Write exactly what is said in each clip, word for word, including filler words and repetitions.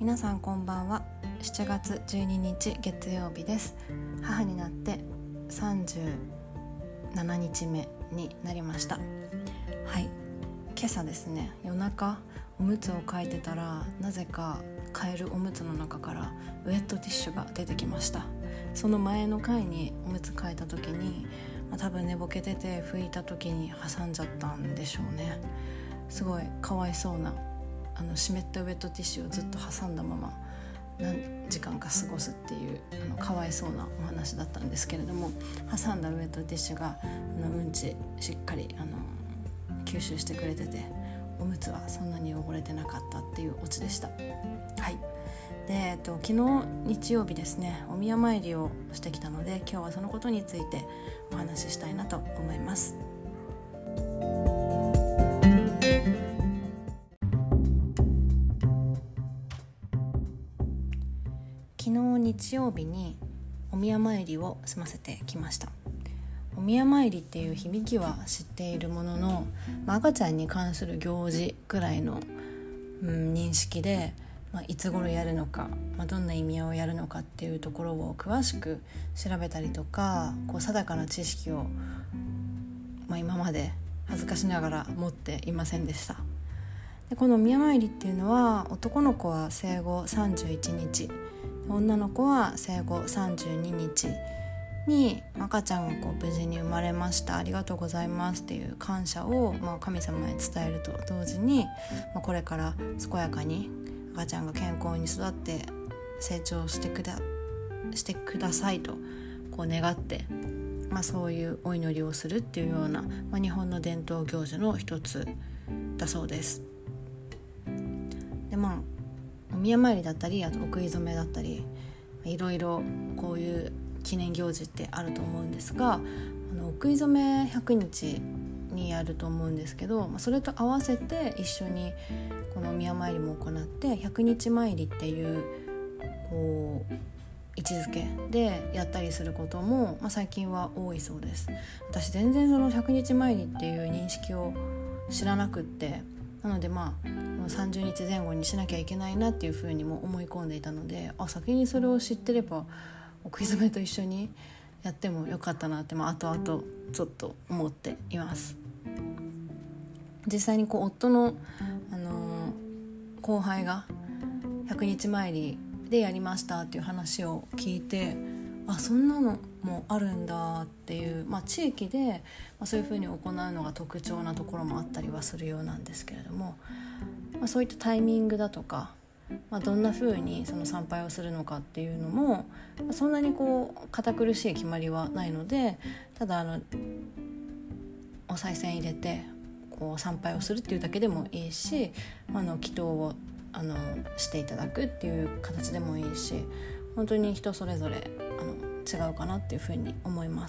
皆さんこんばんは。しちがつじゅうににち月曜日です。母になってさんじゅうななにちめになりました。はい、今朝ですね、夜中おむつを替えてたら、なぜか替えるおむつの中からウェットティッシュが出てきました。その前の回におむつ替えた時に、まあ、多分寝ぼけてて拭いた時に挟んじゃったんでしょうね。すごいかわいそうな、あの湿ったウェットティッシュをずっと挟んだまま何時間か過ごすっていう、あのかわいそうなお話だったんですけれども、挟んだウェットティッシュがあのうんちしっかりあの吸収してくれてて、おむつはそんなに汚れてなかったっていうオチでした。はい。で、えっと、昨日日曜日ですね、お宮参りをしてきたので、今日はそのことについてお話ししたいなと思います。昨日日曜日にお宮参りを済ませてきました。お宮参りっていう響きは知っているものの、まあ、赤ちゃんに関する行事くらいの、うん、認識で、まあ、いつ頃やるのか、まあ、どんな意味合いをやるのかっていうところを詳しく調べたりとか、こう定かな知識を、まあ、今まで恥ずかしながら持っていませんでした。で、このお宮参りっていうのは、男の子は生後さんじゅういちにち、女の子は生後さんじゅうににちに赤ちゃんがこう無事に生まれました、ありがとうございますっていう感謝を、まあ、神様へ伝えると同時に、まあ、これから健やかに赤ちゃんが健康に育って成長してくだ、してくださいとこう願って、まあ、そういうお祈りをするっていうような、まあ、日本の伝統行事の一つだそうです。で、まあお宮参りだったり、あとお食い初めだったり、いろいろこういう記念行事ってあると思うんですが、あのお食い初めひゃくにちにやると思うんですけど、それと合わせて一緒にこのお宮参りも行って、ひゃくにち参りっていうこう位置づけでやったりすることも、まあ、最近は多いそうです。私全然そのひゃくにち参りっていう認識を知らなくって、なのでまあさんじゅうにちぜん後にしなきゃいけないなっていうふうにも思い込んでいたので、あ、先にそれを知ってればお食い初めと一緒にやってもよかったなって、まあ、後々ちょっと思っています。実際にこう夫の、あのー、後輩がひゃくにち参りでやりましたっていう話を聞いて、あ、そんなのもあるんだっていう、まあ、地域で、まあ、そういうふうに行うのが特徴なところもあったりはするようなんですけれども、まあ、そういったタイミングだとか、まあ、どんなふうにその参拝をするのかっていうのも、まあ、そんなにこう堅苦しい決まりはないので、ただあのお賽銭入れてこう参拝をするっていうだけでもいいし、あの祈祷をあのしていただくっていう形でもいいし、本当に人それぞれあの違うかなっていうふうに思います。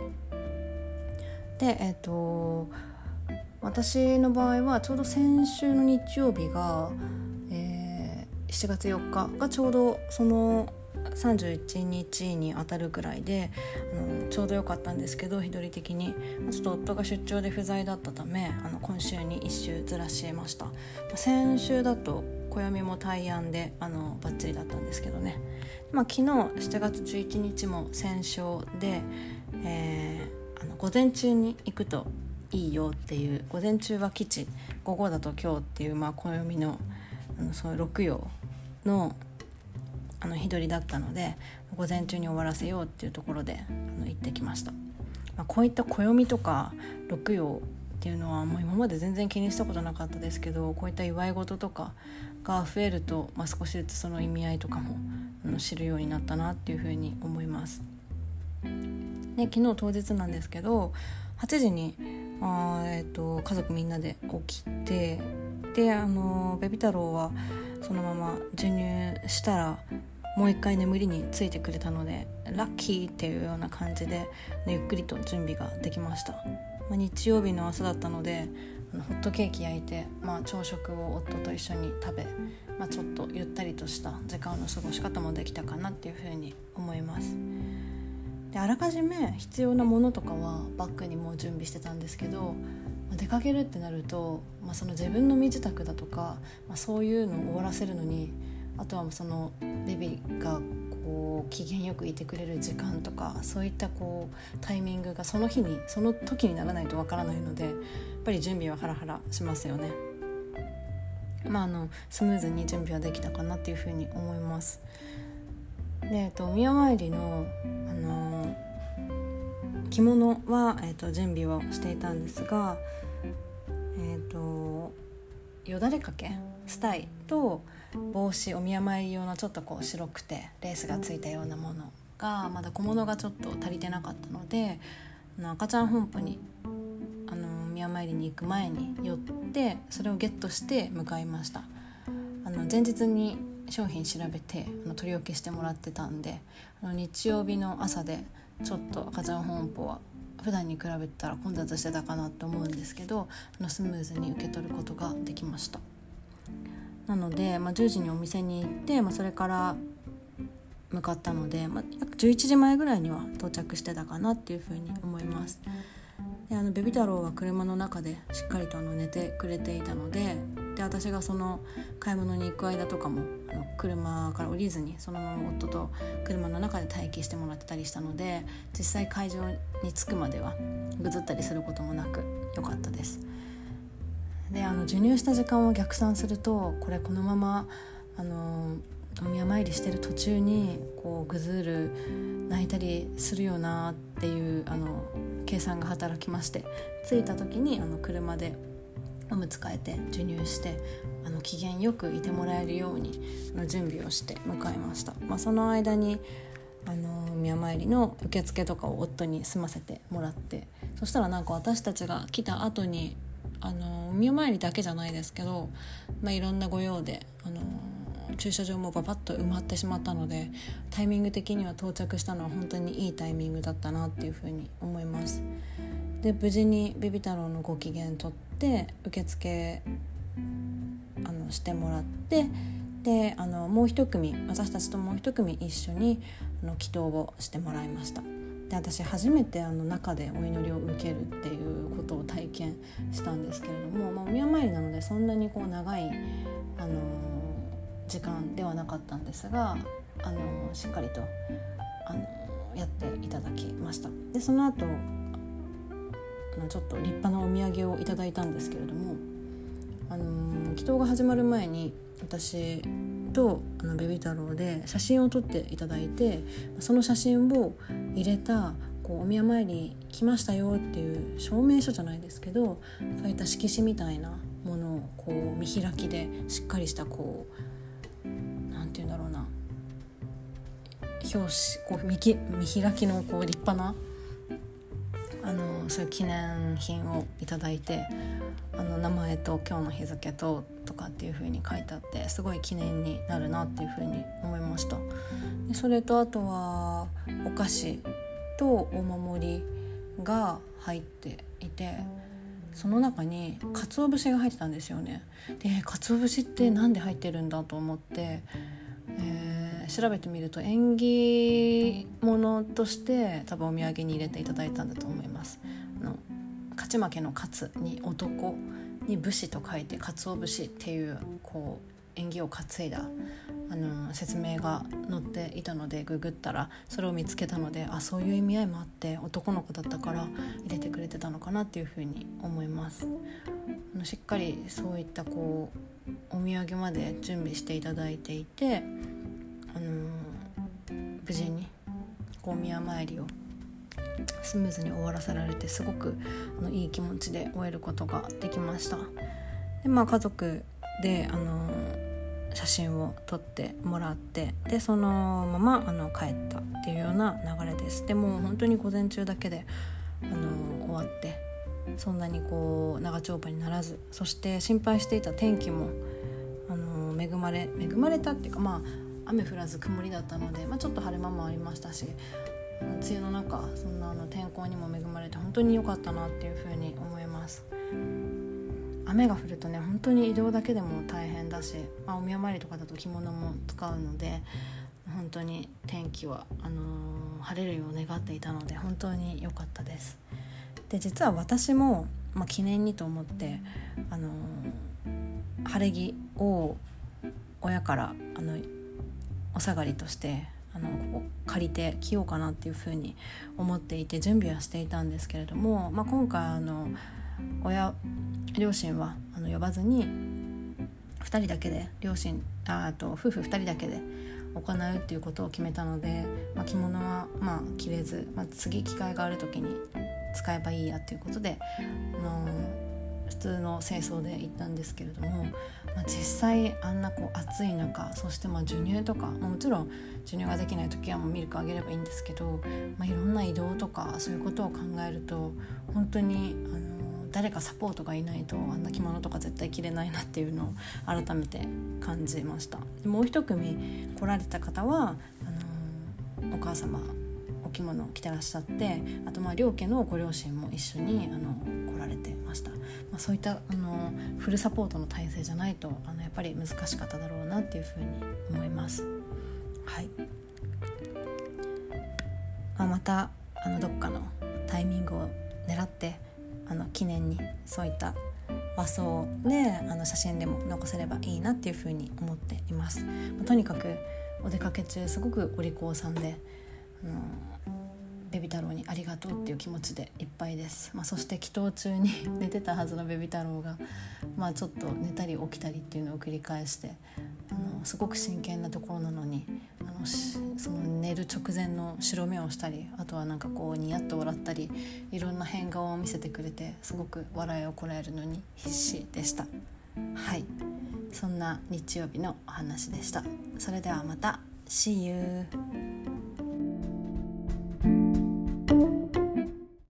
で、えっと私の場合はちょうど先週の日曜日が、えー、しちがつよっかがちょうどそのさんじゅういちにちに当たるぐらいで、あのちょうど良かったんですけど、日取り的にちょっと夫が出張で不在だったため、あの今週にいっしゅうずらしました。先週だと暦も大安であのバッチリだったんですけどね、まあ、昨日しちがつじゅういちにちも戦勝で、えー、あの午前中に行くといいよっていう、午前中は吉、午後だと今日っていう、まあ、暦の、あのその六曜のあの日取りだったので、午前中に終わらせようっていうところであの行ってきました。まあ、こういった暦とか六曜っていうのはもう今まで全然気にしたことなかったですけど、こういった祝い事とかが増えると、まあ、少しずつその意味合いとかもあの知るようになったなっていうふうに思います。で、昨日当日なんですけど、はちじにあ、えー、と家族みんなで起きて、であのベビ太郎はそのまま授乳したらもう一回眠りについてくれたので、ラッキーっていうような感じでゆっくりと準備ができました。まあ、日曜日の朝だったのでホットケーキ焼いて、まあ、朝食を夫と一緒に食べ、まあ、ちょっとゆったりとした時間の過ごし方もできたかなっていうふうに思います。で、あらかじめ必要なものとかはバッグにも準備してたんですけど、出かけるってなると、まあ、その自分の身支度だとか、まあ、そういうのを終わらせるのにあとはそのベビーがこう機嫌よくいてくれる時間とか、そういったこうタイミングがその日にその時にならないとわからないので、やっぱり準備はハラハラしますよね。まあ、あのスムーズに準備はできたかなっていうふうに思います。で、えっと、お宮参りの、あのー、着物は、えっと、準備をしていたんですが、えっと、よだれ掛けスタイと帽子、お宮参り用のちょっとこう白くてレースがついたようなものがまだ小物がちょっと足りてなかったので、あの赤ちゃん本舗にあのお宮参りに行く前に寄ってそれをゲットして向かいました。あの前日に商品調べてあの取り置きしてもらってたんで、あの日曜日の朝でちょっと赤ちゃん本舗は普段に比べたら混雑してたかなと思うんですけど、あのスムーズに受け取ることができました。なので、まあ、じゅうじにお店に行って、まあ、それから向かったので、まあ、約じゅういちじまえぐらいには到着してたかなっていうふうに思います。で、あのベビ太郎は車の中でしっかりとあの寝てくれていたので、で私がその買い物に行く間とかもあの車から降りずにそのまま夫と車の中で待機してもらってたりしたので、実際会場に着くまではぐずったりすることもなく良かったです。で、あの授乳した時間を逆算すると、これこのままあのお宮参りしてる途中にこうぐずる泣いたりするよなっていうあの計算が働きまして、着いた時にあの車でおむつ替えて授乳してあの機嫌よくいてもらえるようにあの準備をして向かいました。まあ、その間にあの宮参りの受付とかを夫に済ませてもらって、そしたらなんか私たちが来た後にあの宮参りだけじゃないですけど、まあ、いろんな御用であの駐車場もババッと埋まってしまったので、タイミング的には到着したのは本当にいいタイミングだったなっていうふうに思います。で、無事にベビ太郎のご機嫌取って受付あのしてもらって、であのもう一組私たちともう一組一緒にあの祈祷をしてもらいました。で、私初めてあの中でお祈りを受けるっていうことを体験したんですけれども、まあ、お宮参りなのでそんなにこう長いあの時間ではなかったんですが、あのしっかりとあのやっていただきました。で、その後あのちょっと立派なお土産をいただいたんですけれども、あの祈祷が始まる前に私とあのベビ太郎で写真を撮っていただいて、その写真を入れたこうお宮参り来ましたよっていう証明書じゃないですけど、そういった色紙みたいなものをこう見開きでしっかりしたこうなんていうんだろうな表紙こう 見, き見開きのこう立派なあのそういう記念品をいただいて、あの名前と今日の日付ととかっていう風に書いてあって、すごい記念になるなっていう風に思いました。で、それとあとはお菓子とお守りが入っていて、その中に鰹節が入ってたんですよね。で、鰹節ってなんで入ってるんだと思って、えー、調べてみると縁起物として多分お土産に入れていただいたんだと思います。あの勝ち負けの勝に男に武士と書いて鰹節っていうこう縁起を担いだあの説明が載っていたので、ググったらそれを見つけたので、あ、そういう意味合いもあって男の子だったから入れてくれてたのかなっていうふうに思います。あのしっかりそういったこうお土産まで準備していただいていて、あの無事にこうお宮参りをスムーズに終わらせられて、すごくあのいい気持ちで終えることができました。で、まあ、家族であの写真を撮ってもらって、でそのままあの帰ったっていうような流れです。でも本当に午前中だけであの終わって、そんなにこう長丁場にならず、そして心配していた天気もあの恵まれ恵まれたっていうか、まあ雨降らず曇りだったので、まあ、ちょっと晴れ間もありましたし、梅雨の中そんなあの天候にも恵まれて本当に良かったなっていうふうに思います。雨が降るとね、本当に移動だけでも大変だし、まあ、お宮参りとかだと着物も使うので、本当に天気はあのー、晴れるよう願っていたので本当に良かったです。で、実は私も、まあ、記念にと思って、あのー、晴れ着を親からあのお下がりとしてあのここ借りてきようかなっていうふうに思っていて準備はしていたんですけれども、まあ、今回あの親両親はあの呼ばずにふたりだけで両親あと夫婦ふたりだけで行うっていうことを決めたので、まあ、着物はまあ着れず、まあ、次機会がある時に使えばいいやっていうことであの普通の清掃で行ったんですけれども、まあ、実際あんなこう暑い中、そしてまあ授乳とか、まあ、もちろん授乳ができない時はもうミルクあげればいいんですけど、まあ、いろんな移動とかそういうことを考えると本当にあの誰かサポートがいないとあんな着物とか絶対着れないなっていうのを改めて感じました。もう一組来られた方はあのお母様お着物を着てらっしゃって、あとまあ両家のご両親も一緒にあの来られてました。まあ、そういったあのフルサポートの体制じゃないとあのやっぱり難しかっただろうなっていうふうに思います。はい。まあ、またあのどっかのタイミングを狙ってあの記念にそういった和装であの写真でも残せればいいなっていうふうに思っています。まあ、とにかくお出かけ中すごくお利口さんであのベビ太郎にありがとうっていう気持ちでいっぱいです。まあ、そして祈祷中に寝てたはずのベビ太郎が、まあ、ちょっと寝たり起きたりっていうのを繰り返してあのすごく真剣なところなのにあのその寝る直前の白目をしたり、あとはなんかこうニヤッと笑ったりいろんな変顔を見せてくれてすごく笑いをこらえるのに必死でした。はい、そんな日曜日のお話でした。それではまた See you